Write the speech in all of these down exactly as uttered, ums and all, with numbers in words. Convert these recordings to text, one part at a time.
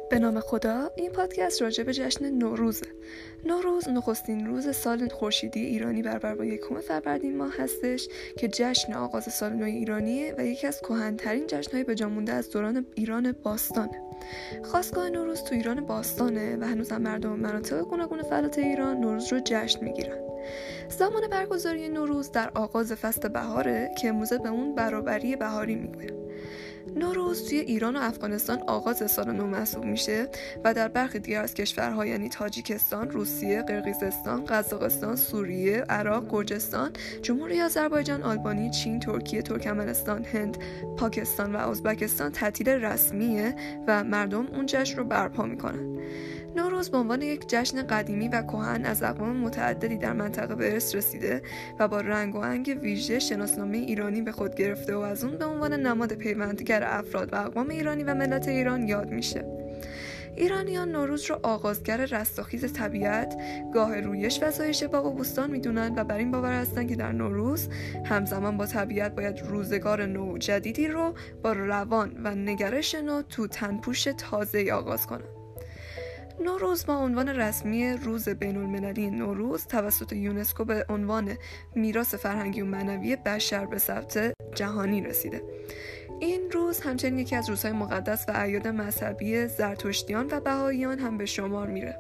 به نام خدا، این پادکست راجع به جشن نوروزه. نوروز نخستین روز سال خورشیدی ایرانی برابر با یکم فروردین ماه هستش که جشن آغاز سال نو ایرانیه و یکی از کهن‌ترین جشن‌های به جا مونده از دوران ایران باستانه. خاستگاه نوروز تو ایران باستانه و هنوز هم مردم مناطق گوناگون فلات ایران نوروز رو جشن میگیرن. زمان برگزاری نوروز در آغاز فصل بهاره که امروزه به اون برابری بهاری میگویم. نوروز توی ایران و افغانستان آغاز سال نو محسوب میشه و در برخی دیگر از کشورها یعنی تاجیکستان، روسیه، قرقیزستان، قزاقستان، سوریه، عراق، گرجستان، جمهوری آذربایجان، آلبانی، چین، ترکیه، ترکمنستان، هند، پاکستان و ازبکستان تعطیل رسمیه و مردم اون جشن رو برپا میکنن. نوروز به عنوان یک جشن قدیمی و کهن از اقوام متعددی در منطقه به ارث رسیده و با رنگ و آهنگ ویژه شناسنامه ایرانی به خود گرفته و از اون به عنوان نماد پیوندگر افراد و اقوام ایرانی و ملت ایران یاد میشه. ایرانیان نوروز رو آغازگر رستاخیز طبیعت، گاه رویش و زایش باغ و بوستان میدونن و بر این باور هستن که در نوروز همزمان با طبیعت باید روزگار نو جدیدی رو با روان و نگرش نو تو تنپوش تازه‌ای آغاز کنن. نوروز با عنوان رسمی روز بین المللی نوروز توسط یونسکو به عنوان میراث فرهنگی و معنوی بشر به ثبت جهانی رسیده. این روز همچنین یکی از روزهای مقدس و اعیاد مذهبی زرتشتیان و بهائیان هم به شمار میره.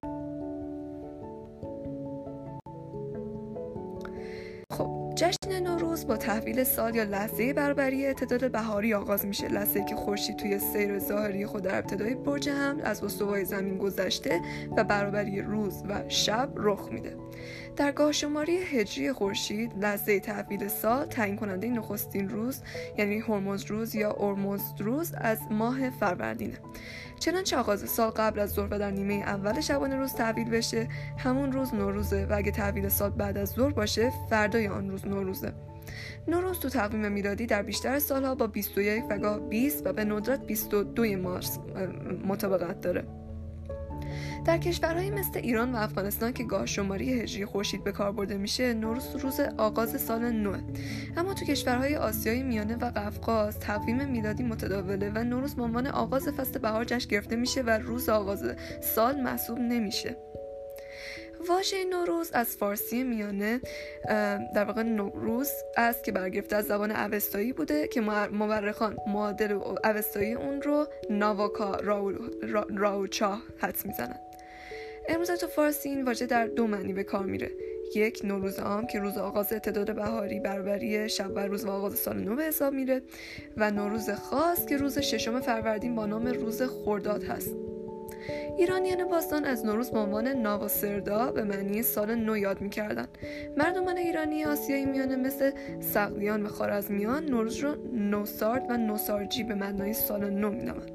خب جشن نوروز با تحویل سال یا لحظه برابری اعتدال بهاری آغاز میشه، لحظه‌ای که خورشید توی سیر ظاهری خود در ابتدای برج حمل از استوای زمین گذشته و برابری روز و شب رخ میده. در گاه شماری هجری خورشید لحظه تحویل سال تعیین کننده نخستین روز یعنی هرمز روز یا اورمزد روز از ماه فروردینه. چنانچه آغاز سال قبل از ظهر و در نیمه اول شبانه روز تحویل بشه همون روز نوروزه و اگه تحویل سال بعد از ظهر باشه فردای آن روز نوروزه. نوروز تو تقویم میلادی در بیشتر سالها با بیست و یک و گاه بیست و به ندرت بیست و دو مارس مطابقت داره. در کشورهایی مثل ایران و افغانستان که گاه شماری هجری خورشید به کار برده میشه نوروز روز آغاز سال نوه، اما تو کشورهای آسیای میانه و قفقاز تقویم میلادی متداوله و نوروز به عنوان آغاز فصل بهار جشن گرفته میشه و روز آغاز سال محسوب نمیشه. واژه نوروز از فارسی میانه در واقع نوروز است که برگرفته از زبان اوستایی بوده که مورخان معادل اوستایی اون رو ناواکا راو را، راوچا حدس میزنن. امروز تو فارسی این واژه در دو معنی به کار میره. یک، نوروز عام که روز آغاز اعتدال بهاری برابری شب و روز و آغاز سال نو به حساب میره و نوروز خاص که روز ششم فروردین با نام روز خرداد هست. ایرانیان باستان از نوروز به عنوان ناوسردا به معنی سال نو یاد می‌کردند. مردمان ایرانی آسیایی میانه مثل سغدیان و خوارزمیان نوروز رو نوسارد و نوسارجی به معنای سال نو می‌نامند.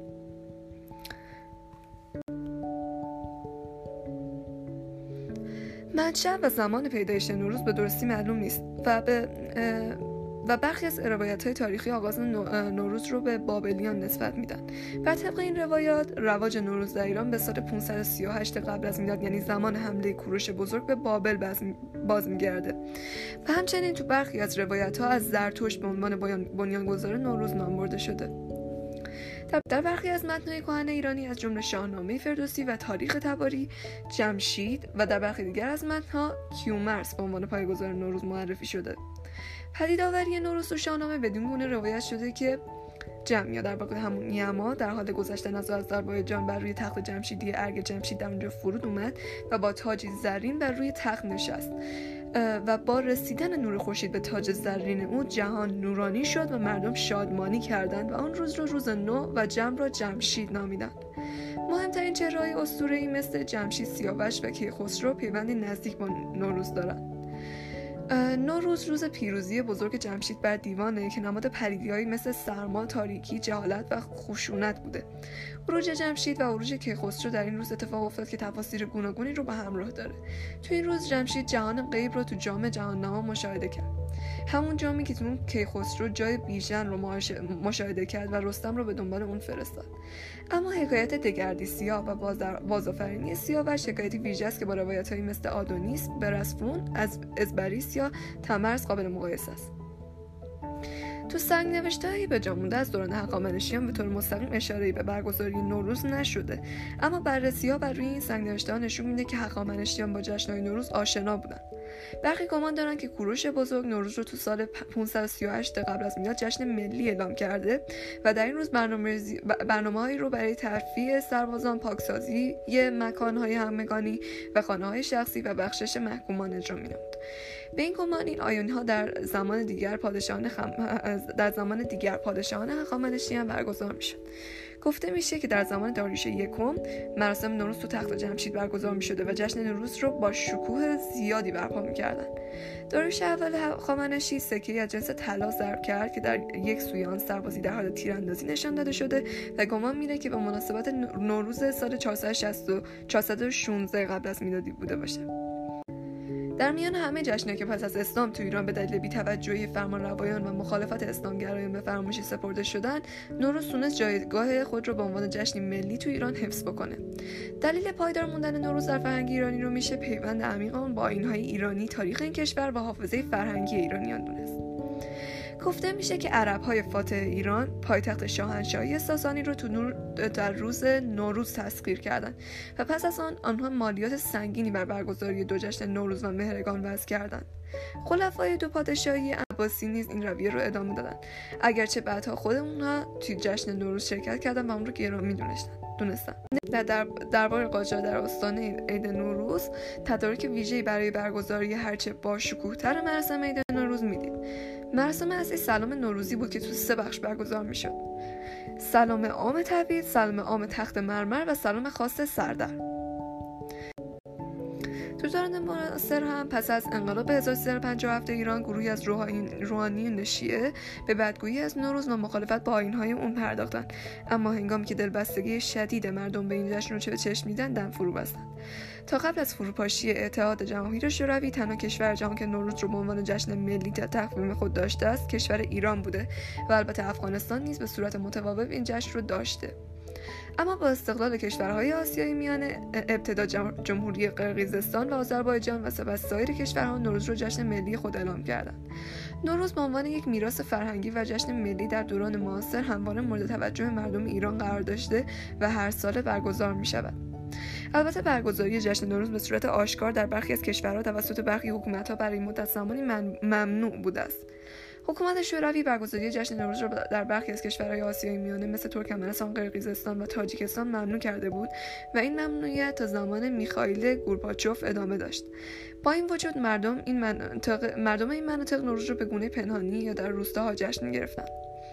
منشأ و زمان پیدایش نوروز به درستی معلوم نیست و به و برخی از روایت‌های تاریخی آغاز نوروز رو به بابلیان نسبت میدن. بر طبق این روایات رواج نوروز در ایران به سال پانصد و سی و هشت قبل از میلاد یعنی زمان حمله کوروش بزرگ به بابل باز میگرده و همچنین تو برخی از روایت‌ها از زرتشت به عنوان بنیانگذار نوروز نام برده شده. در برخی از متن‌های کهن ایرانی از جمله شاهنامه فردوسی و تاریخ تباری جمشید و در برخی دیگر از متن‌ها کیومرث به عنوان پایه‌گذار نوروز معرفی شده. پدیدآوری نوروز تو شاهنامه بدون گونه روایت شده که جم یا در واقع همون یما در حال گذشتن از آذربایجان بر روی تخت جمشیدی ارگ جمشید در اونجا فرود اومد و با تاجی زرین بر روی تخت نشست و با رسیدن نور خورشید به تاج زرین او جهان نورانی شد و مردم شادمانی کردند و آن روز رو روز نو و جم را جمشید نامیدند. مهمترین چهره‌های اسطوره‌ای مثل جمشید، سیاوش و کیخسرو پیوندی نزدیک با نوروز دارند. نوروز روز پیروزی بزرگ جمشید بر دیوانه که نماد پلیدی‌هایی مثل سرما، تاریکی، جهالت و خشونت بوده. عروج جمشید و عروج کیخسرو در این روز اتفاق افتاد که تفاسیر گوناگونی رو به همراه داره. تو این روز جمشید جهان غیب رو تو جام جهان‌نما مشاهده کرد. همون جامی که تو اون کیخسرو جای بیژن رو مشاهده کرد و رستم رو به دنبال اون فرستاد. اما حکایت دگردی سیاه و بازآفرینی سیاوش حکایتی ویژه است که با روایت‌هایی مثل آدونیس، برسفون، از ازبریس یا تمرز قابل مقایسه است. تو سنگ‌نوشته‌هایی به جا مونده از دوران هخامنشیان به طور مستقیم اشاره‌ای به برگزاری نوروز نشده، اما بررسی‌ها بر روی این سنگ‌نوشته‌ها نشون میده که هخامنشیان با جشن‌های نوروز آشنا بودن. برخی گمان دارن که کوروش بزرگ نوروز رو تو سال پانصد و سی و هشت قبل از میلاد جشن ملی اعلام کرده و در این روز برنامه‌ریزی برنامه‌هایی رو برای ترفیع سربازان، پاکسازی مکان‌های همگانی و خانه‌های شخصی و بخشش محکومان اجرا می‌نمود. به این گمان این آیین‌ها در زمان دیگر پادشاهان خم... در زمان دیگر پادشاهان هخامنشیان برگزار می‌شد. گفته میشه که در زمان داریوش یکم مراسم نوروز تو تخت جمشید برگزار می‌شده و جشن نوروز رو با شکوه زیادی برپا می‌کردن. داریوش اول هخامنشی سکه‌ای از جنس طلا ضرب کرد که در یک سوی آن سربازی در حال تیراندازی نشان داده شده و گمان میره که به مناسبت نوروز سال چهارصد و شانزده قبل از میلادی بوده باشه. در میان همه جشن‌هایی که پس از اسلام تو ایران به دلیل بی‌توجهی فرمانروایان و مخالفت اسلامگرایان به فراموشی سپرده شدن، نوروز تونست جایگاه خود رو به عنوان جشنی ملی تو ایران حفظ بکنه. دلیل پایدار موندن نوروز در فرهنگ ایرانی رو میشه پیوند عمیق اون با آیین‌های ایرانی، تاریخ این کشور و حافظه فرهنگی ایرانیان دونست. گفته میشه که عرب‌های فاتح ایران پایتخت شاهنشاهی ساسانی رو تو نور در روز نوروز تسخیر کردند و پس از آن آنها مالیات سنگینی بر برگزاری دو جشن نوروز و مهرگان وضع کردند. خلفای دو پادشاهی عباسی نیز این رویه رو ادامه دادند، اگرچه بعدها خود اونها توی جشن نوروز شرکت کردن و اون رو گرامی دونستن. دونستن. در در دربار قاجار در آستانه عید نوروز تدارک ویژه‌ای برای برگزاری هرچه با شکوه‌تر مراسم عید نوروز میدید. مراسم اصلی سلام نوروزی بود که تو سه بخش برگزار میشد: سلام عام تبعید، سلام عام تخت مرمر و سلام خاص سردر. تو دوران معاصر هم پس از انقلاب هزار و سیصد و پنجاه و هفت ایران گروهی از روحانیون شیعه به بدگویی از نوروز و مخالفت با آیین‌های اون پرداختند، اما هنگامی که دلبستگی شدید مردم به این جشن رو چه به چشم دیدن دم فرو بستند. تا قبل از فروپاشی اتحاد جماهیر شوروی تنها کشور جهان که نوروز رو به عنوان جشن ملی در تقویم خود داشته است کشور ایران بوده و البته افغانستان نیز به صورت متفاوت این جشن رو داشته. اما با استقلال کشورهای آسیای میانه، ابتدا جمهوری قرقیزستان و آذربایجان و سپس سایر کشورها نوروز رو جشن ملی خود اعلام کردند. نوروز به عنوان یک میراث فرهنگی و جشن ملی در دوران معاصر همواره مورد توجه مردم ایران قرار داشته و هر ساله برگزار می شود. البته برگزاری جشن نوروز به صورت آشکار در برخی از کشورها توسط برخی حکومت‌ها برای مدت زمانی ممنوع بوده است. حکومت شوروی برگزاری جشن نوروز را در برخی از کشورهای آسیای میانه مثل ترکمنستان، قرقیزستان و تاجیکستان ممنوع کرده بود و این ممنوعیت تا زمان میخائیل گورباچوف ادامه داشت. با این وجود مردم این مناطق مردم این مناطق نوروز را به گونه پنهانی یا در روستاها جشن می‌گرفتند.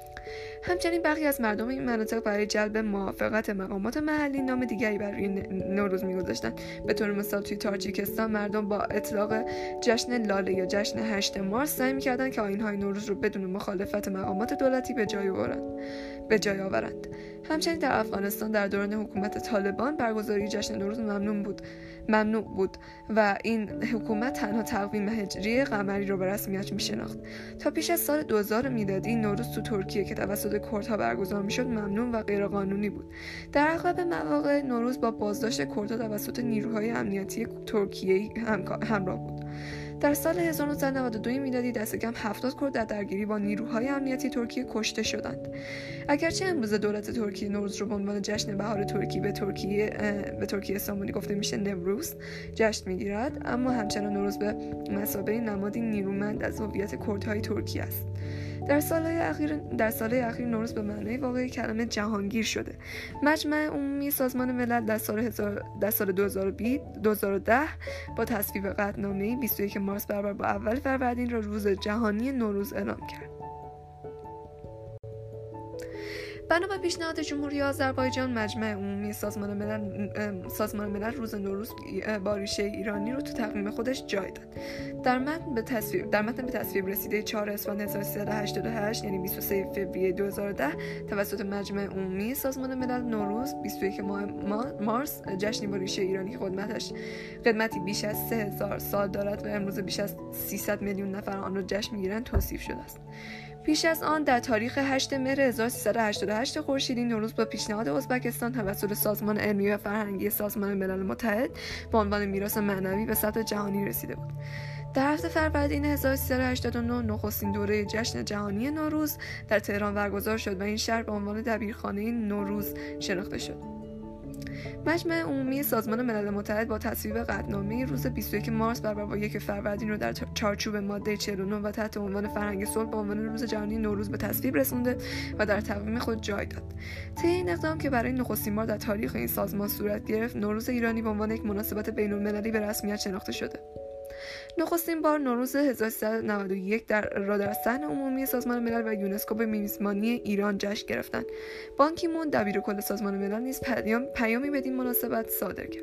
همچنین برخی از مردم این مناطق برای جلب موافقت مقامات محلی نام دیگری برای نوروز می‌گذاشتند. به طور مثال توی تاجیکستان مردم با اطلاق جشن لاله یا جشن هشتم مارس سعی می‌کردند که آیین‌های نوروز رو بدون مخالفت مقامات دولتی به جای آورند. به جای آورند. همچنین در افغانستان در دوران حکومت طالبان برگزاری جشن نوروز ممنوع بود. ممنوع بود و این حکومت تنها تقویم هجری قمری را به رسمیت می‌شناخت. تا پیش از سال دو هزار میلادی نوروز تو ترکیه که توسط کردها برگزار می‌شد ممنوع و غیرقانونی بود. در اغلب مواقع نوروز با بازداشت کردها توسط نیروهای امنیتی ترکیه‌ای همراه بود. در سال هزار و نهصد و نود و دو میلادی دست کم هفتاد کرد در درگیری با نیروهای امنیتی ترکیه کشته شدند. اگرچه امروز دولت ترکیه نوروز رو به عنوان جشن بهار ترکی به ترکیه به ترکیه استانبولی گفته میشه نوروز جشن میگیرد، اما همچنان نوروز به مثابه نمادی نیرومند از هویت کردهای ترکیه است. در سالهای اخیر در سالهای اخیر نوروز به معنای واقعی کلمه جهانگیر شده. مجمع عمومی سازمان ملل در سال هزار در سال دو هزار و ده با تصویب قطعنامه‌ای بیست و یک مارس برابر با اول فروردین را روز جهانی نوروز اعلام کرد. بنا به پیشنهاد جمهوری آذربایجان مجمع عمومی سازمان ملل سازمان ملل روز نوروز با ریشه ایرانی رو تو تقویم خودش جای داد. در متن به تصویب در متن به تصویب رسیده چهارم اسفند هزار و سیصد و هشتاد و هشت یعنی بیست و سوم فوریه دو هزار و ده توسط مجمع عمومی سازمان ملل نوروز بیست و یک مارس جشنی با ریشه ایرانی که قدمتش قدمتی بیش از سه هزار سال دارد و امروز بیش از سیصد میلیون نفر آن را جشن میگیرند توصیف شده است. پیش از آن در تاریخ هشتم مهر هزار و سیصد و هشتاد و هشت خورشیدی نوروز با پیشنهاد ازبکستان توسط سازمان علمی و فرهنگی سازمان ملل متحد به عنوان میراث معنوی به سطح جهانی رسیده بود. در هفته فروردین هزار و سیصد و هشتاد و نه نخستین دوره جشن جهانی نوروز در تهران برگزار شد و این شهر به عنوان دبیرخانه نوروز شناخته شد. مجمع عمومی سازمان ملل متحد با تصویب قطعنامه روز بیست و یکم مارس برابر با یک فروردین رو در چارچوب ماده چهل و نه و تحت عنوان فرهنگ صلح به عنوان روز جهانی نوروز به تصویب رسونده و در تقویم خود جای داد. طی این اقدام که برای نخستین بار در تاریخ این سازمان صورت گرفت، نوروز ایرانی به عنوان یک مناسبت بین‌المللی به رسمیت شناخته شده. نخستین بار نوروز هزار و سیصد و نود و یک در را در صحن عمومی سازمان ملل و یونسکو به میزبانی ایران جشن گرفتند. بان کی مون دبیرکل سازمان ملل نیز پیام پیامی بدین مناسبت صادر کرد.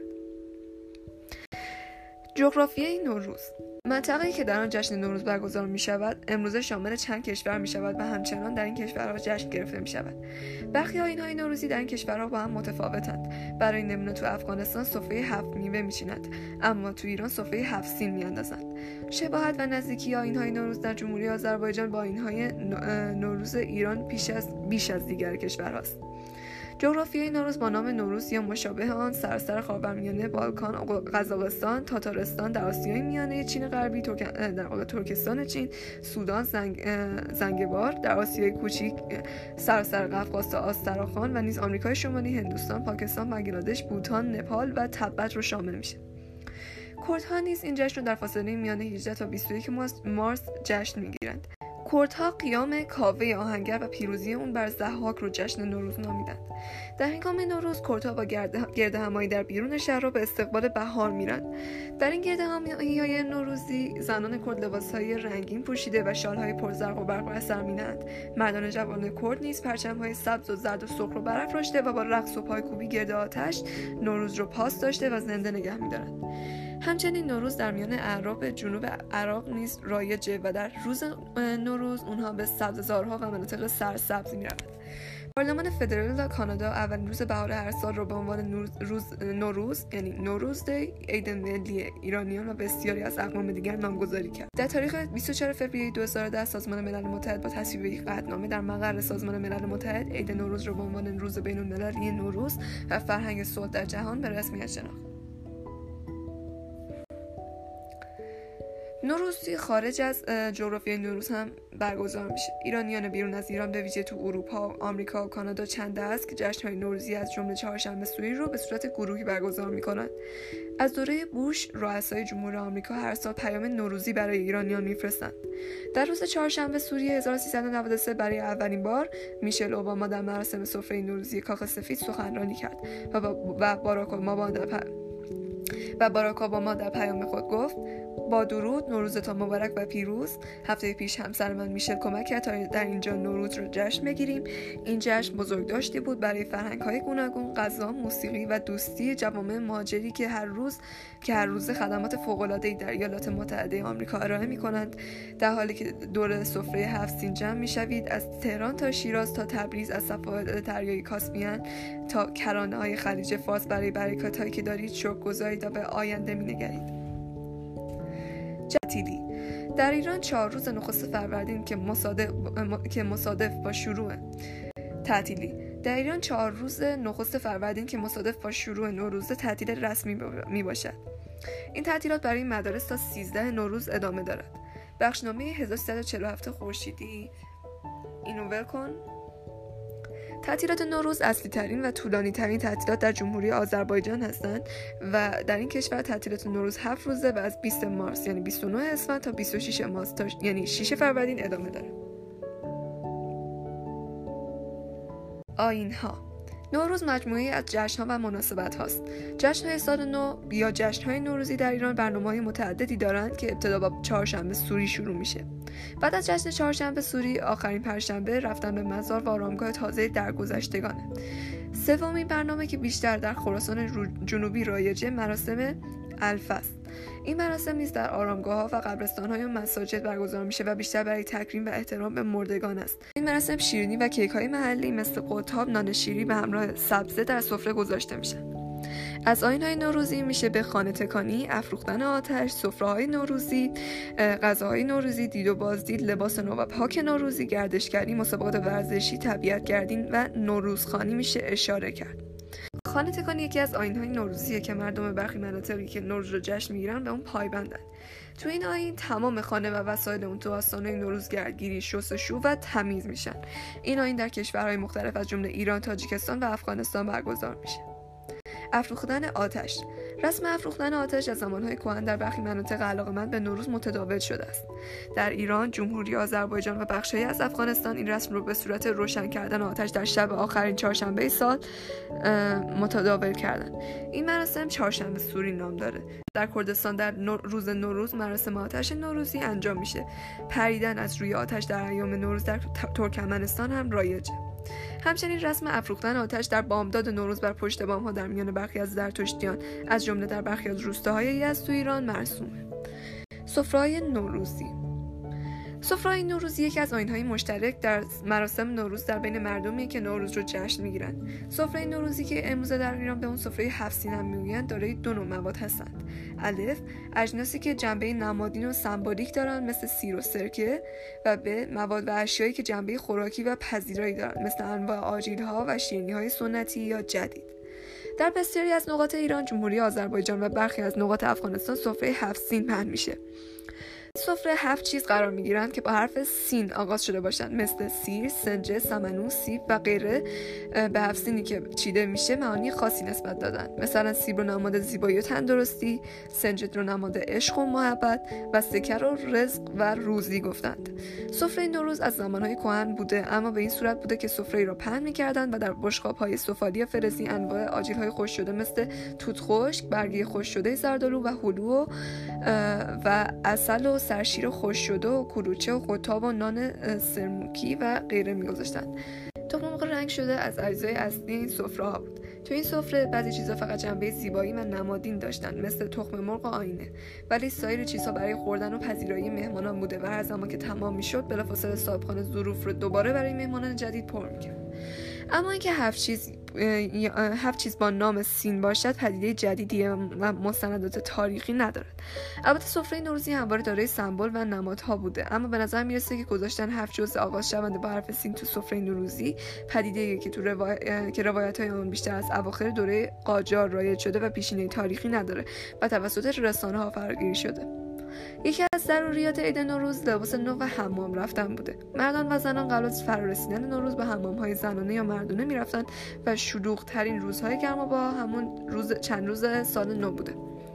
جغرافیای نوروز: منطقه‌ای که در آن جشن نوروز برگزار می شود امروزه شامل چند کشور می شود و همچنان در این کشورها جشن گرفته می شود. برخی آیین‌های نوروزی در این کشورها با هم متفاوتند. برای نمونه تو افغانستان سفره هفت میوه میچینند، اما تو ایران سفره هفت سین میاندازند. شباهت و نزدیکی آیین‌های نوروز در جمهوری آذربایجان با آیین‌های نوروز ایران پیش از بیش از دیگر کشورهاست. جغرافیای نوروز با نام نوروز یا مشابه آن سراسر خاورمیانه، بالکان، قزاقستان، تاتارستان در آسیای میانه، چین غربی، ترک... در واقع ترکستان چین، سودان، زنگ... زنگبار در آسیای کوچیک، سراسر قفقاز تا آستراخان و نیز آمریکای شمالی، هندوستان، پاکستان، بنگلادش، بوتان، نپال و تبت رو شامل میشه. کردها نیز این جشن رو در فاصله میان هجده تا بیست و یک مارس جشن میگیرند. کردها قیام کاوه آهنگر و پیروزی اون بر ضحاک رو جشن نوروز نامیدند. در هنگام نوروز کردها با گرد همایی در بیرون شهر را به استقبال بهار میرند. در این گرد همایی نوروزی زنان کرد لباسهای رنگین پوشیده و شالهای پرزرق و برق بر سر می‌نهند. مردان جوان کرد نیز پرچم‌های سبز و زرد و سرخ رو برافراشته و با رقص و پایکوبی گرد آتش نوروز رو پاس داشته و زنده نگه می‌دارند. همچنین نوروز در میان اعراب جنوب عراق نیز رایجه و در روز نوروز اونها به سبززارها و مناطق سرسبز می‌روند. پارلمان فدرال کانادا اولین روز بهار هر سال را به عنوان نوروز, نوروز یعنی نوروز دی، عید ملی ایرانیان و بسیاری از اقوام دیگر نامگذاری کرد. در تاریخ بیست و چهارم فوریه دو هزار و ده سازمان ملل متحد با تصویب یک قطعنامه در مقر سازمان ملل متحد عید نوروز را به عنوان روز بین‌المللی نوروز و فرهنگ صلح در جهان به رسمیت شناخت. نوروز توی خارج از جغرافیای نوروز هم برگزار میشه. ایرانیان بیرون از ایران به ویژه تو اروپا، آمریکا و کانادا چند است که جشن‌های نوروزی از جمله چهارشنبه سوری رو به صورت گروهی برگزار میکنند. از دوره بوش رؤسای جمهور آمریکا هر سال پیام نوروزی برای ایرانیان میفرستند. در روز چهارشنبه سوری هزار و سیصد و نود و سه برای اولین بار میشل اوباما در مراسم سفره نوروزی کاخ سفید سخنرانی کرد و با باراک اوباما در و باراک اوباما در پیام خود گفت: با درود، نوروزتان مبارک و پیروز. هفته پیش همسر من میشل کمک کرد تا در اینجا نوروز رو جشن بگیریم. این جشن بزرگداشتی بود برای فرهنگ‌های گوناگون، غذا، موسیقی و دوستی جوامع مهاجری که هر روز که هر روز خدمات فوق‌العاده‌ای در ایالات متحده آمریکا ارائه می‌کنند. در حالی که دور سفره هفت سین جمع می‌شوید، از تهران تا شیراز تا تبریز، از صفحات دریای کاسپیان تا کرانه‌های خلیج فارس برای برکات‌هایی که دارید شکرگزارید و به آینده می‌نگرید. تعطیلی در ایران چهار روز نخست فروردین که مصادف که مصادف با شروع تعطیلی در ایران چهار روز نخست فروردین که مصادف با شروع نوروز تعطیل رسمی می باشد. این تعطیلات برای مدارس تا سیزده نوروز ادامه دارد. بخشنامه هزار و سیصد و چهل و هفت خورشیدی اینو ول کن. تعطیلات نوروز اصلی ترین و طولانی ترین تعطیلات در جمهوری آذربایجان هستند و در این کشور تعطیلات نوروز هفت روزه و از بیست مارس یعنی بیست و نه اسفند تا بیست و شش مارس تا یعنی شش فروردین ادامه داره. آیین‌ها: نوروز مجموعه‌ای از جشن‌ها و مناسبت هاست. جشن‌های سال نو یا جشن‌های نوروزی در ایران برنامه‌های متعددی دارند که ابتدا با چهارشنبه سوری شروع میشه. بعد از جشن چهارشنبه سوری آخرین پنجشنبه رفتن به مزار و آرامگاه تازه درگذشتگانه. سومین برنامه که بیشتر در خراسان جنوبی رایجه مراسم الف است. این مراسم نیز در آرامگاه‌ها و قبرستان‌های و مساجد برگزار میشه و بیشتر برای تکریم و احترام به مردگان است. این مراسم شیرینی و کیک‌های محلی مثل قطاب، نان شیری به همراه سبزه در سفره گذاشته میشن. از آیین‌های نوروزی میشه به خانه تکانی، افروختن آتش، سفره‌های نوروزی، غذاهای نوروزی، دید و بازدید، لباس نو و پاک نوروزی، گردشگری، مسابقات ورزشی، طبیعت گردی و نوروزخوانی میشه اشاره کرد. خانه تکانی یکی از آیین‌های نوروزیه که مردم برخی مناطقی که نوروز رو جشن میگیرن به اون پایبندن. تو این آیین تمام خانه و وسایل اون تو آستانه نوروز گردگیری، شستشو و تمیز میشن. این آیین در کشورهای مختلف از جمله ایران، تاجیکستان و افغانستان برگزار میشه. افروختن آتش. رسم افروختن آتش از زمانهای کهن در برخی مناطق علاقه‌مند به نوروز متداول شده است. در ایران، جمهوری آذربایجان و بخش‌هایی از افغانستان این رسم رو به صورت روشن کردن آتش در شب آخرین چهارشنبه سال متداول کردن. این مراسم چهارشنبه سوری نام داره. در کردستان در نو... روز نوروز مراسم آتش نوروزی انجام میشه. پریدن از روی آتش در ایام نوروز در ترکمنستان هم رایجه. همچنین رسم افروختن آتش در بامداد نوروز بر پشت بام‌ها در میان برخی از زرتشتیان از جمله در برخی از روستاهای یزد تو ایران مرسومه. سفره‌های نوروزی. سفره‌های نوروزی یکی از آیین‌های مشترک در مراسم نوروز در بین مردمی که نوروز رو جشن میگیرن. سفره نوروزی که امروزه در ایران به اون سفره هفت سین هم میگویند دارای دو نوع مواد هستند. الف، اجناسی که جنبه نمادین و سمبولیک دارن مثل سیر و سرکه، و ب، مواد و اشیایی که جنبه خوراکی و پذیرایی دارن مثل انواع آجیل‌ها و شیرینی‌های سنتی یا جدید. در بسیاری از نقاط ایران، جمهوری آذربایجان و برخی از نقاط افغانستان سفره هفت سین پهن میشه. سفره هفت چیز قرار میگیرند که با حرف سین آغاز شده باشند، مثل سیر، سنجه، سمنو، سیب و غیره. به هفت سینی که چیده میشه معانی خاصی نسبت دادن. مثلا سیب رو نماد زیبایی و تندرستی، سنجه رو نماد عشق و محبت و سکه رو رزق و روزی گفتند. سفره نوروز از زمانهای کهن بوده، اما به این صورت بوده که سفره را پهن میکردند و در بشقاب‌های سفالی فلزی انواع آجیل‌های خشک شده مثل توت خشک، برگه خشک شده زردآلو و هلو و عسل و سرشیر خشک شده و کلوچه و قطاب و نان سرموکی و غیره می‌گذاشتند. تخم مرغ رنگ شده از اجزای اصلی این سفره ها بود. تو این سفره بعضی چیزا فقط جنبه زیبایی و نمادین داشتن، مثل تخم مرغ و آینه، ولی سایر چیزها برای خوردن و پذیرایی مهمانان بوده و هر زمان که تمام میشد بلافاصله صاحبخانه ظروف رو دوباره برای مهمانان جدید پر میکرد. اما اینکه هفت چیز هفت چیز با نام سین باشد پدیده جدیدیه و مستندات تاریخی ندارد. البته سفره نوروزی همواره دارای سمبل و نمادها بوده، اما به نظر میرسه که گذاشتن هفت جزء آغاز شونده با حرف سین تو سفره نوروزی پدیده‌ای که تو روای... که روایت‌های اون بیشتر از اواخر دوره قاجار رایج شده و پیشینه تاریخی نداره و توسط رسانه‌ها فراگیری شده. یکی از ضروریات عید نوروز لباس نو و حمام رفتن بوده. مردان و زنان قبل از فرارسیدن نوروز به حمام‌های زنانه یا مردونه می‌رفتن و شلوغ‌ترین روزهای گرمابه‌ها همون روز چند روز سال نو بوده.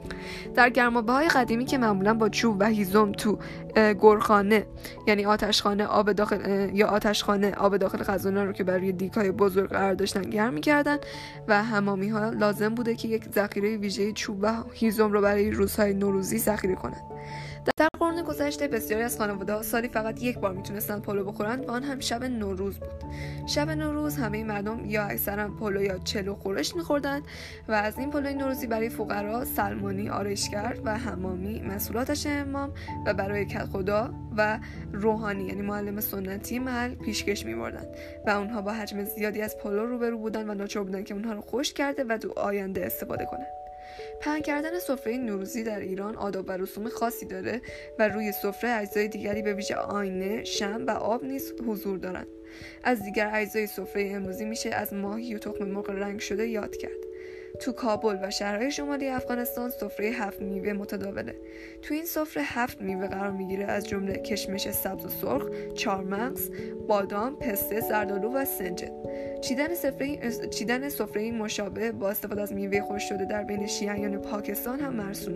در گرمابه‌های قدیمی که معمولا با چوب و هیزم تو گورخانه یعنی آتشخانه آب داخل یا آتشخانه آب داخل خزانه رو که برای دیگ‌های بزرگ قرار داشتن گرم می‌کردن و حمامی‌ها لازم بوده که یک ذخیره ویژه چوب و هیزم رو برای روزهای نوروزی ذخیره کنند. در قرون گذشته بسیاری از خانواده‌ها سالی فقط یک بار میتونستن پلو بخورن و آن هم شب نوروز بود. شب نوروز همه مردم یا اکثرا پلو یا چلو خورش می‌خوردن و از این پلوی نوروزی برای فقرا، سلمانی، آرایشگر و حمامی، مسئولاتش امام و برای کدخدا و روحانی یعنی معلم سنتی محل پیشکش می‌بردن و اونها با حجم زیادی از پلو روبرو بودن و ناچار بودن که اونها رو خشک کرده و تو آینده استفاده کنن. پهن کردن سفره نوروزی در ایران آداب و رسوم خاصی داره و روی سفره اجزای دیگری به ویژه آینه، شمع و آب نیز حضور دارند. از دیگر اجزای سفره امروزی میشه از ماهی و تخم مرغ رنگ شده یاد کرد. تو کابل و شهرهای شمالی افغانستان سفره هفت میوه متداوله. تو این سفره هفت میوه قرار میگیره از جمله کشمش سبز و سرخ، چارمغز، بادام، پسته، زردآلو و سنجد. چیدن سفره چیدن سفره مشابه با استفاده از میوه خشک شده در بین شیعیان پاکستان هم مرسومه.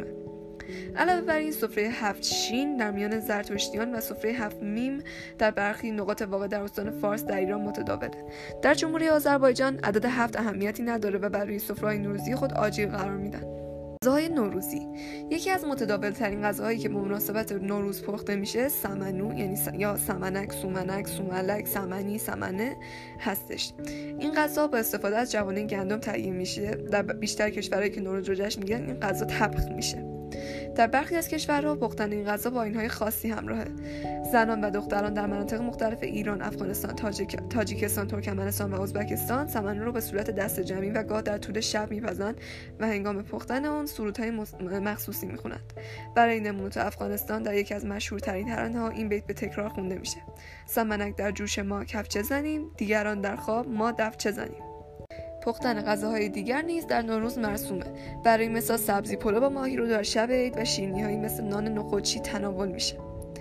علاوه بر این سفره هفت شین در میان زرتشتیان و سفره هفت میم در برخی نقاط واقع در استان فارس در ایران متداوله. در جمهوری آذربایجان عدد هفت اهمیتی نداره و برای سفره‌های نوروزی خود آجیل قرار میدن. غذاهای نوروزی یکی از متداول ترین غذاهایی که به مناسبت نوروز پخته میشه سمنو یعنی س... یا سمنک، سومنک، سوملک، سمنی، سمنه هستش. این غذا با استفاده از جوانه گندم تهیه میشه. در بیشتر کشورهایی که نوروز رو جشن میگیرن این غذا طبخ میشه. در برخی از کشورها پختن این غذا با آیین‌های خاصی همراهه. زنان و دختران در مناطق مختلف ایران، افغانستان، تاجیک... تاجیکستان، ترکمنستان و ازبکستان سمنو رو به صورت دسته جمعی و گاه در طول شب میپزند و هنگام پختن اون سرودهای مخصوصی میخونند. برای نمونه تو افغانستان در یکی از مشهورترین ترانه‌ها این بیت به تکرار خونده میشه: سمنک در جوش ما کفچه زنیم، دیگران در خواب ما دفچه زنیم. پختن غذاهای دیگر نیز در نوروز مرسومه. برای مثال سبزی پلو با ماهی رو در شب عید و شیرینی‌هایی مثل نان نخودچی تناول میشه.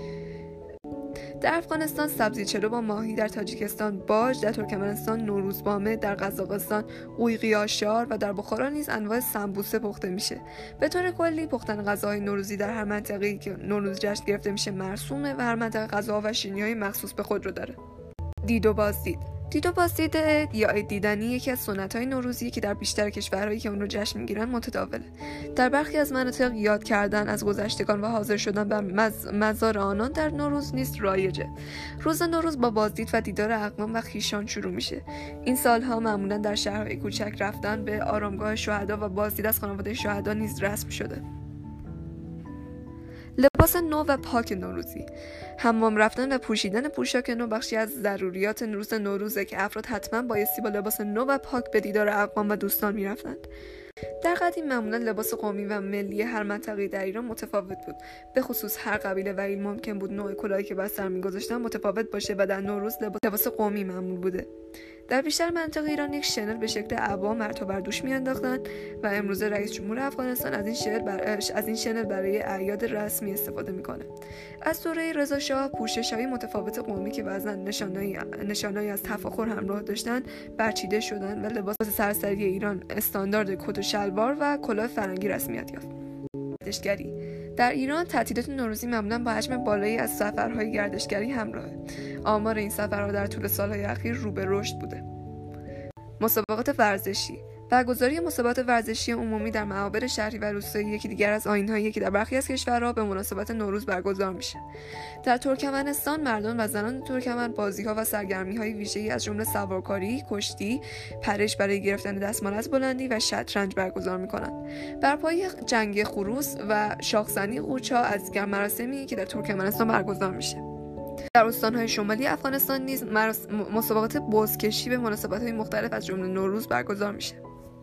در افغانستان سبزی چلو با ماهی، در تاجیکستان باج، در ترکمنستان نوروزبامه، در قزاقستان قویقی آشار و در بخارا نیز انواع سمبوسه پخته میشه. به طور کلی پختن غذاهای نوروزی در هر منطقه‌ای که نوروز جشن گرفته میشه مرسومه و هر منطقه غذاها و شیرینی‌های مخصوص به خود رو داره. دید و بازدید. دید و بازدید یا عید دیدنی یکی از سنت‌های نوروزی که در بیشتر کشورهایی که اون رو جشن میگیرن متداوله. در برخی از مناطق یاد کردن از گذشتگان و حاضر شدن بر مز... مزار آنان در نوروز نیز رایجه. روز نوروز با بازدید و دیدار اقوام و خویشان شروع میشه. این سالها معمولا در شهرهای کوچک رفتن به آرامگاه شهدا و بازدید از خانواده شهدا نیز رسم شده. لباس نو و پاک نوروزی. حمام رفتن و پوشیدن پوشاک نو بخشی از ضروریات روز نوروزه که افراد حتما بایستی با لباس نو و پاک به دیدار اقوام و دوستان میرفتند. در قدیم معمولا لباس قومی و ملی هر منطقه‌ای در ایران متفاوت بود. به خصوص هر قبیله و ایل ممکن بود نوع کلاهی که بر سر می‌گذاشتن متفاوت باشه و در نوروز لباس قومی معمول بوده. در بیشتر مناطق ایران یک شنل به شکل عبا مرتو بر دوش میانداختند و امروزه رئیس جمهور افغانستان از این شنل بر... از این شنل برای اعیاد رسمی استفاده میکنه. از دوره رضا شاه پوشش‌های متفاوت قومی که بعضا نشانه‌ای نشانه‌ای از تفاخر همراه داشتند برچیده شدند و لباس سراسری ایران استاندارد کت و شلوار و کلاه فرنگی رسمیت یافت. گردشگری. در ایران تعطیلات نوروزی معمولا با حجم بالایی از سفرهای گردشگری همراهه. آمار این سفرها در طول سالهای اخیر رو به رشد بوده. مسابقات ورزشی. برگزاری مسابقات ورزشی عمومی در معابر شهری و روستایی یکی دیگر از آیین‌هایی که در برخی از کشورها به مناسبت نوروز برگزار میشه. در ترکمنستان مردان و زنان ترکمن بازی‌ها و سرگرمی‌های ویژه‌ای از جمله سوارکاری، کشتی، پرش برای گرفتن دستمال از بلندی و شطرنج برگزار می‌کنند. بر پایه جنگ خروس و شاخزنی قوچا از دیگر مراسمی که در ترکمنستان برگزار میشه. در استان‌های شمالی افغانستان نیز مسابقات بزکشی به مناسبت‌های مختلف از جمله نوروز برگزار میشه.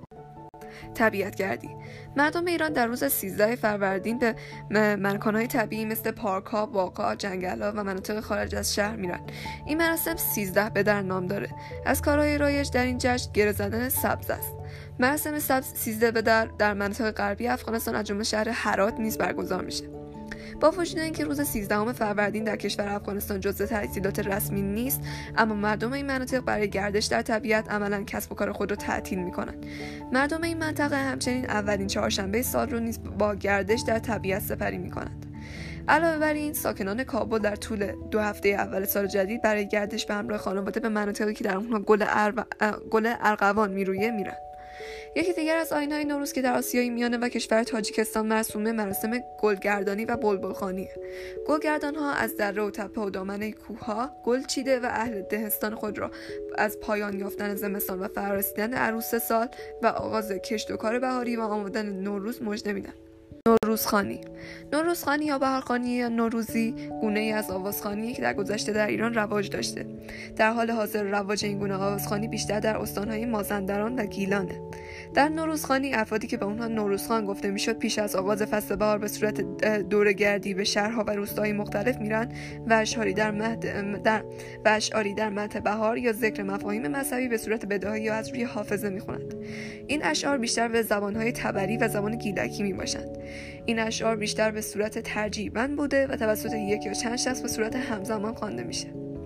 طبیعت‌گردی. مردم ایران در روز سیزده فروردین به مکان‌های طبیعی مثل پارک‌ها، باغ‌ها، جنگل‌ها و مناطق خارج از شهر میرن. این مراسم سیزده به در نام داره. از کارهای رایج در این جشن گره زدن سبز است. مراسم سبز سیزده به در در مناطق غربی افغانستان از جمله شهر هرات نیز برگزار میشه. با وجود اینکه روز سیزدهم فروردین در کشور افغانستان جزو تعطیلات رسمی نیست، اما مردم این مناطق برای گردش در طبیعت عملاً کسب و کار خود را تعطیل می‌کنند. مردم این منطقه همچنین اولین چهارشنبه سال رو نیز با گردش در طبیعت سپری می‌کنند. علاوه بر این، ساکنان کابل در طول دو هفته اول سال جدید برای گردش به همراه خانواده به مناطقی که در اونها گل ارو... گل ارغوان میرویه میرن. یکی دیگر از آیین‌های نوروز که در آسیای میانه و کشور تاجیکستان مرسومه مراسم گلگردانی و بلبلخوانیه. گلگردان‌ها از دره و تپه و دامنه کوه‌ها گل چیده و اهل دهستان خود را از پایان یافتن زمستان و فرارسیدن عروس سال و آغاز کشت و کار بهاری و آمدن نوروز مژده میدن. نوروزخوانی. نوروزخوانی یا بهارخوانی یا نوروزی گونه‌ای از آوازخوانیه که در گذشته در ایران رواج داشته. در حال حاضر رواج این گونه آوازخوانی بیشتر در استان‌های مازندران و گیلانه. در نوروزخوانی افرادی که به اونها نوروزخوان گفته میشد پیش از آغاز فصل بهار به صورت دوره‌گردی به شهرها و روستاهای مختلف میرن و اشعاری در مهد در و اشعاری در مدح بهار یا ذکر مفاهیم مذهبی به صورت بداهه یا از روی حافظه میخونند. این اشعار بیشتر به زبان‌های تبری و زبان گیلکی میباشند. این اشعار بیشتر به صورت ترجیباً بوده و توسط یک یا چند شخص به صورت همزمان خوانده میشه.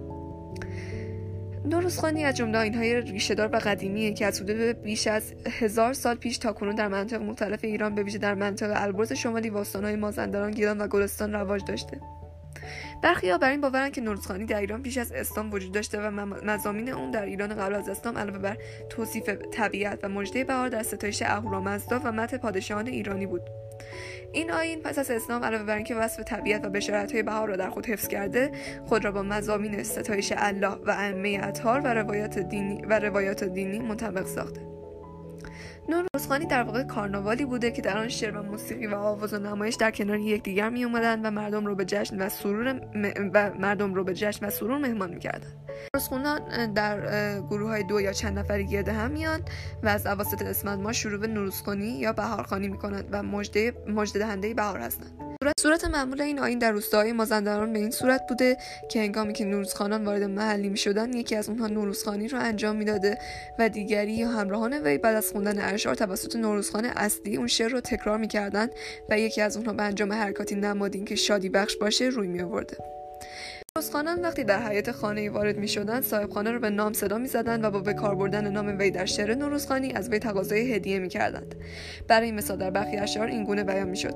نوروزخوانی از جمله آیین‌های ریشه‌دار و قدیمیه که از حدود بیش از هزار سال پیش تا کنون در مناطق مختلف ایران به ویژه در مناطق البرز شمالی و استان‌های مازندران، گیلان و گلستان رواج داشته. برخی‌ها بر این باورند که نوروزخوانی در ایران پیش از اسلام وجود داشته و مضامین اون در ایران قبل از اسلام علاوه بر توصیف طبیعت و مژده بهار در ستایش اهورامزدا و مدح پادشاهان ایرانی بود. این آیین پس از اسلام علاوه بر اینکه وصف طبیعت و بشارت‌های بهار را در خود حفظ کرده، خود را با مضامین ستایش الله و ائمه اطهار و روایات دینی و روایات دینی منطبق ساخته. نوروزخوانی در واقع کارناوالی بوده که در آن شعر و موسیقی و آواز و نمایش در کنار یکدیگر می اومدند و مردم رو به جشن و سرور م... و مردم رو به جشن و سرور مهمان می‌کردند. نوروزخوانان در گروه‌های دو یا چند نفری گرد هم میان و از اواسط اسفند ماه شروع به نوروزخوانی یا بهارخوانی می‌کنند و مژده مژده دهنده بهار هستند. صورت معمول این آیین در روستاهای مازندران به این صورت بوده که هنگامی که نوروزخوانان وارد محلی می‌شدند، یکی از اونها نوروزخوانی را انجام میداده و دیگری یا همراهان وی بعد از خوندن اشعار توسط نوروزخوان اصلی اون شعر رو تکرار می‌کردند و یکی از اونها به انجام حرکاتی نمادین که شادی بخش باشه روی می‌آورده. نوروزخوانان وقتی در حیاط خانه‌ای وارد می‌شدند، صاحب خانه را به نام صدا می‌زدند و با به کار بردن نام وی در شعر نوروزخوانی از وی تقاضای هدیه می‌کردند. برای مثال در برخی اشعار این گونه بیان می‌شد: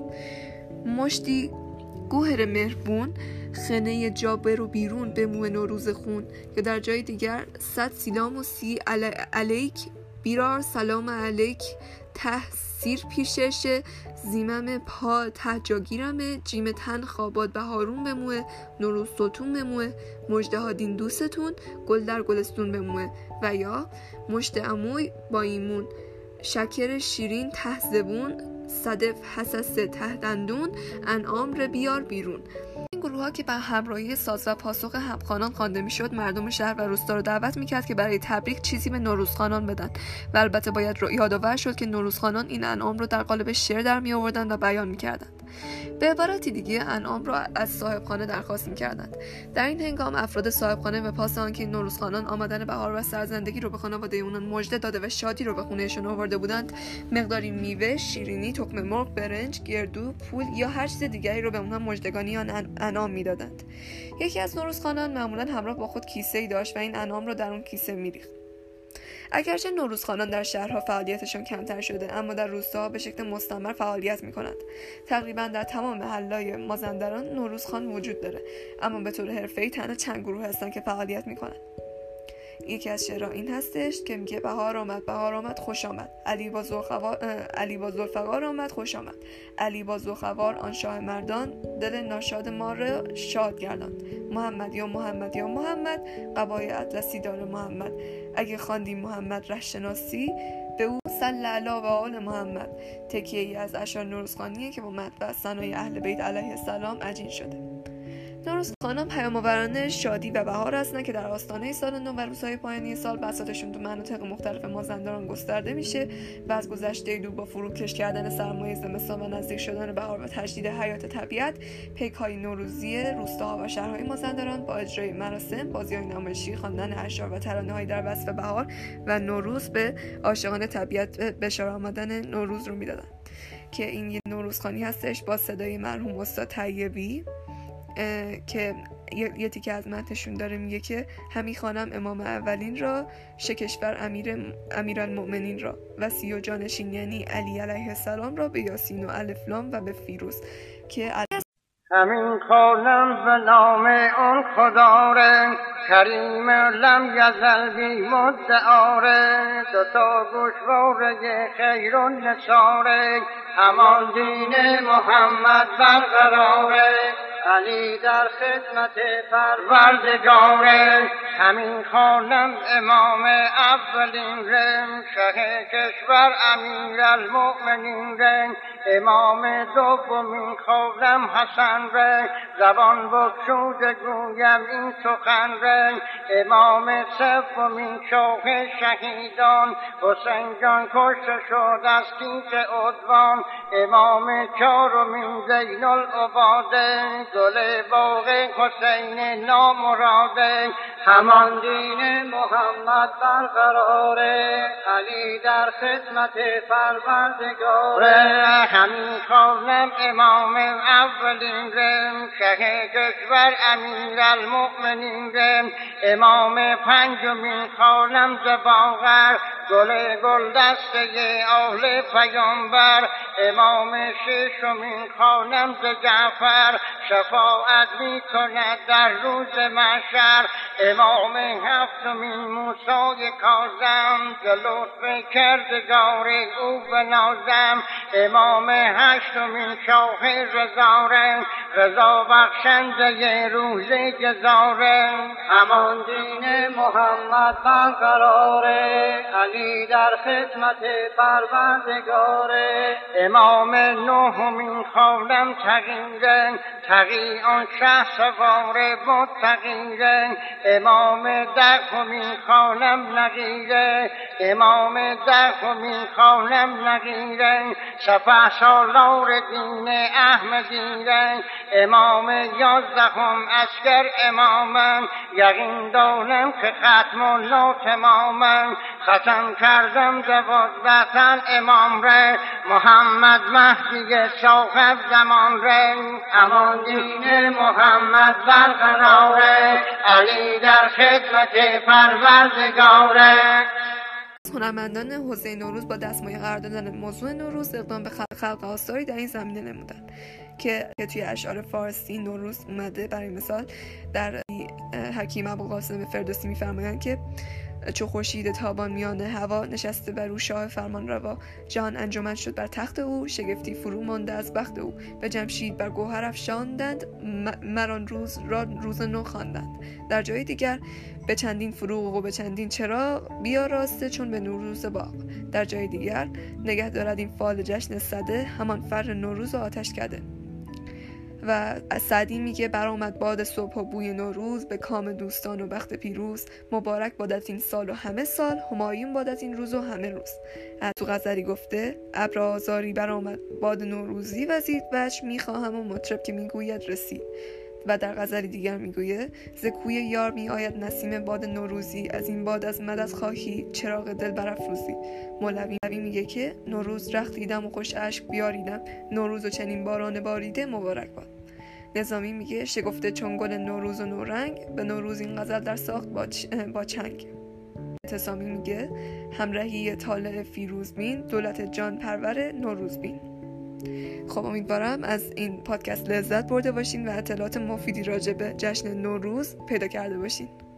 مشتی گوهر مهربون، خنه جابر و بیرون به مو نوروز خون. یا در جای دیگر: صد سلام و سی علی... علیک بیرار سلام علیک، ته سیر پیشش زیمم پا ته جاگیرمه، جیم تن خواباد بهارون به موه، نوروز ستون به موه، مجده ها دین دوستتون، گل در گلستون به موه. و یا مشت عموی با ایمون، شکر شیرین ته زبون، صدف حسس ته دندون، انعام ر بیار بیرون. این گروه ها که به همراهی ساز و پاسخ همخوانان خوانده میشد، مردم شهر و روستا رو دعوت میکرد که برای تبریک چیزی به نوروزخوانان بدن و البته باید یادآور شد که نوروزخوانان این انعام رو در قالب شعر در می آوردند و بیان میکردند. به عبارتی دیگه انعام را از صاحبخانه درخواست می‌کردند. در این هنگام افراد صاحبخانه به پاس آنکه نوروزخوانان آمدن بهار و سرزندگی رو به خانواده اونان مژده داده و شادی رو به خونهشون آورده بودند، مقداری میوه، شیرینی، تخم مرغ، برنج، گردو، پول یا هر چیز دیگری رو به اونها مژدگانی یا انعام میدادند. یکی از نوروزخوانان معمولاً همراه با خود کیسه‌ای داشت و این انعام رو در اون کیسه می‌ریخت. اگرچه نوروزخوانان در شهرها فعالیتشان کمتر شده، اما در روستاها به شکل مستمر فعالیت می‌کنند. تقریباً در تمام محله‌های مازندران نوروزخوان وجود داره، اما به طور حرفه‌ای تنها چند گروه هستن که فعالیت می‌کنند. یکی از شعرها این هستش که میگه: بهار آمد بهار آمد خوش آمد، علی با ذوالفقار علی با ذوالفقار آمد خوش آمد، علی با ذوالفقار آن شاه مردان، دل ناشاد ما را شاد گرداند، محمد یا محمد یا محمد، قبای اطلسی دار محمد، اگه خواندی محمد ره شناسی، به او صلی علی و آل محمد. تکیه ای از اشعار نوروزخوانیه که با مدح و ثنای اهل بیت علیه السلام عجین شده. نوروزخوانان پیام‌آوران شادی و بهار هستند که در آستانه سال نو و روزهای پایانی سال بساطشون تو مناطق مختلف مازندران گسترده میشه و از گذشته دور با فروکش کردن سرمایه زمستان و نزدیک شدن بهار و تجدید حیات طبیعت، پیک‌های نوروزی روستاها و شهرهای مازندران با اجرای مراسم، بازی‌های نمایشی، خواندن اشعار و ترانه‌های در وصف بهار و نوروز به عاشقان طبیعت بشار آمدن نوروز رو میدادن که این یه نوروزخوانی هستش با صدای مرحوم استاد طیبی که یه تیکه از متنشون داره میگه که همی خوانم امام اولین را، شکشور امیر امیرالمؤمنین را، وصی و جانشین یعنی علی علیه السلام را، به یاسین و الف لام و به فیروز که همین خوانم به نام اون خداره کریم لم یزل بی مدعاره، دوتا گوشواره خیر و نصاره، همان دین محمد برقراره، علی در خدمت پروردگاره. همین خوانم امام اولین رم، شه کشور امیر المؤمنین رم، امام دومین خوانم حسن رم، زبان بگشوده گویم این سخن رم، امام سومین شاه شهیدان، حسین جان کشته شد از تیغ عدوان، امام چهارمین زین العباده، گل باغ حسین نامراده، همان دین محمد برقراره، علی در خدمت پروردگاره. همین خوانم امام اولین رم، شه کشور امیر المؤمنین رم، امام پنجمین خوانم زباغر، گل گل دسته آل پیامبر، امام ششمین خوانم ز جعفر، شفاعت می کند در روز محشر، امام هفتمین موسی کاظم، ز لطف کردگار او بنازم، امام هشتمین شاه رضا رضا بخشنده روز گذاره، همان دین محمد برقراره، علی در خدمت پروردگاره. امام نهمین خالم تغییرن، تغییر آن شه سوار متقیرن. امام دهمین خالم نغیره، امام دهمین خالم نغیرن. سپه سالار دین احمدیرن، امام یازدهم اسکر امامن. یقین دانم که ختم الله تمامن، ختم کردم دوازده امام ره. محمد مهدی صاحب زمان ره، امان دین محمد برقراره، علی در خدمت پروردگاره. هنرمندان حوزه نوروز با دستمایه قرار دادن موضوع نوروز اقدام به خلق آثاری در این زمینه نمودند که توی اشعار فارسی نوروز اومده. برای مثال در حکیم ابوالقاسم فردوسی می‌فرمایند که چو خورشید تابان میان هوا، نشسته بر او شاه فرمان روا. جهان انجمن شد بر تخت او، شگفتی فرو مانده از بخت او. به جمشید بر گوهر افشاندند، مران روز را روز نو خواندند. در جای دیگر به چندین فروغ و به چندین چرا، بیا راسته چون به نوروز باغ. در جای دیگر نگه دارد این فال جشن سده، همان فر نوروز و آتش کده. و سعدی میگه برآمد باد صبح و بوی نوروز، به کام دوستان و بخت پیروز. مبارک باد از این سال و همه سال، همایون باد از این روز و همه روز. تو غزلی گفته ابر آذاری برآمد باد نوروزی، وزید وجه میخواهم و مطرب که میگوید رسید. و در غزلی دیگر میگویه ز کوی یار می آید نسیم باد نوروزی، از این باد از مدد خواهی چراغ دل برافروزی. مولوی میگه که نوروز رخت دیدم و خوش اشک بیاریدم، نوروز و چنین باران باریده مبارک باد. نظامی میگه شگفته چون گل نوروز و نورنگ، به نوروز این غزل در ساخت با, چ... با چنگ. اعتصامی میگه همراهی طالع فیروزبین، دولت جان پرور نوروزبین. خب امیدوارم از این پادکست لذت برده باشین و اطلاعات مفیدی راجع به جشن نوروز پیدا کرده باشین.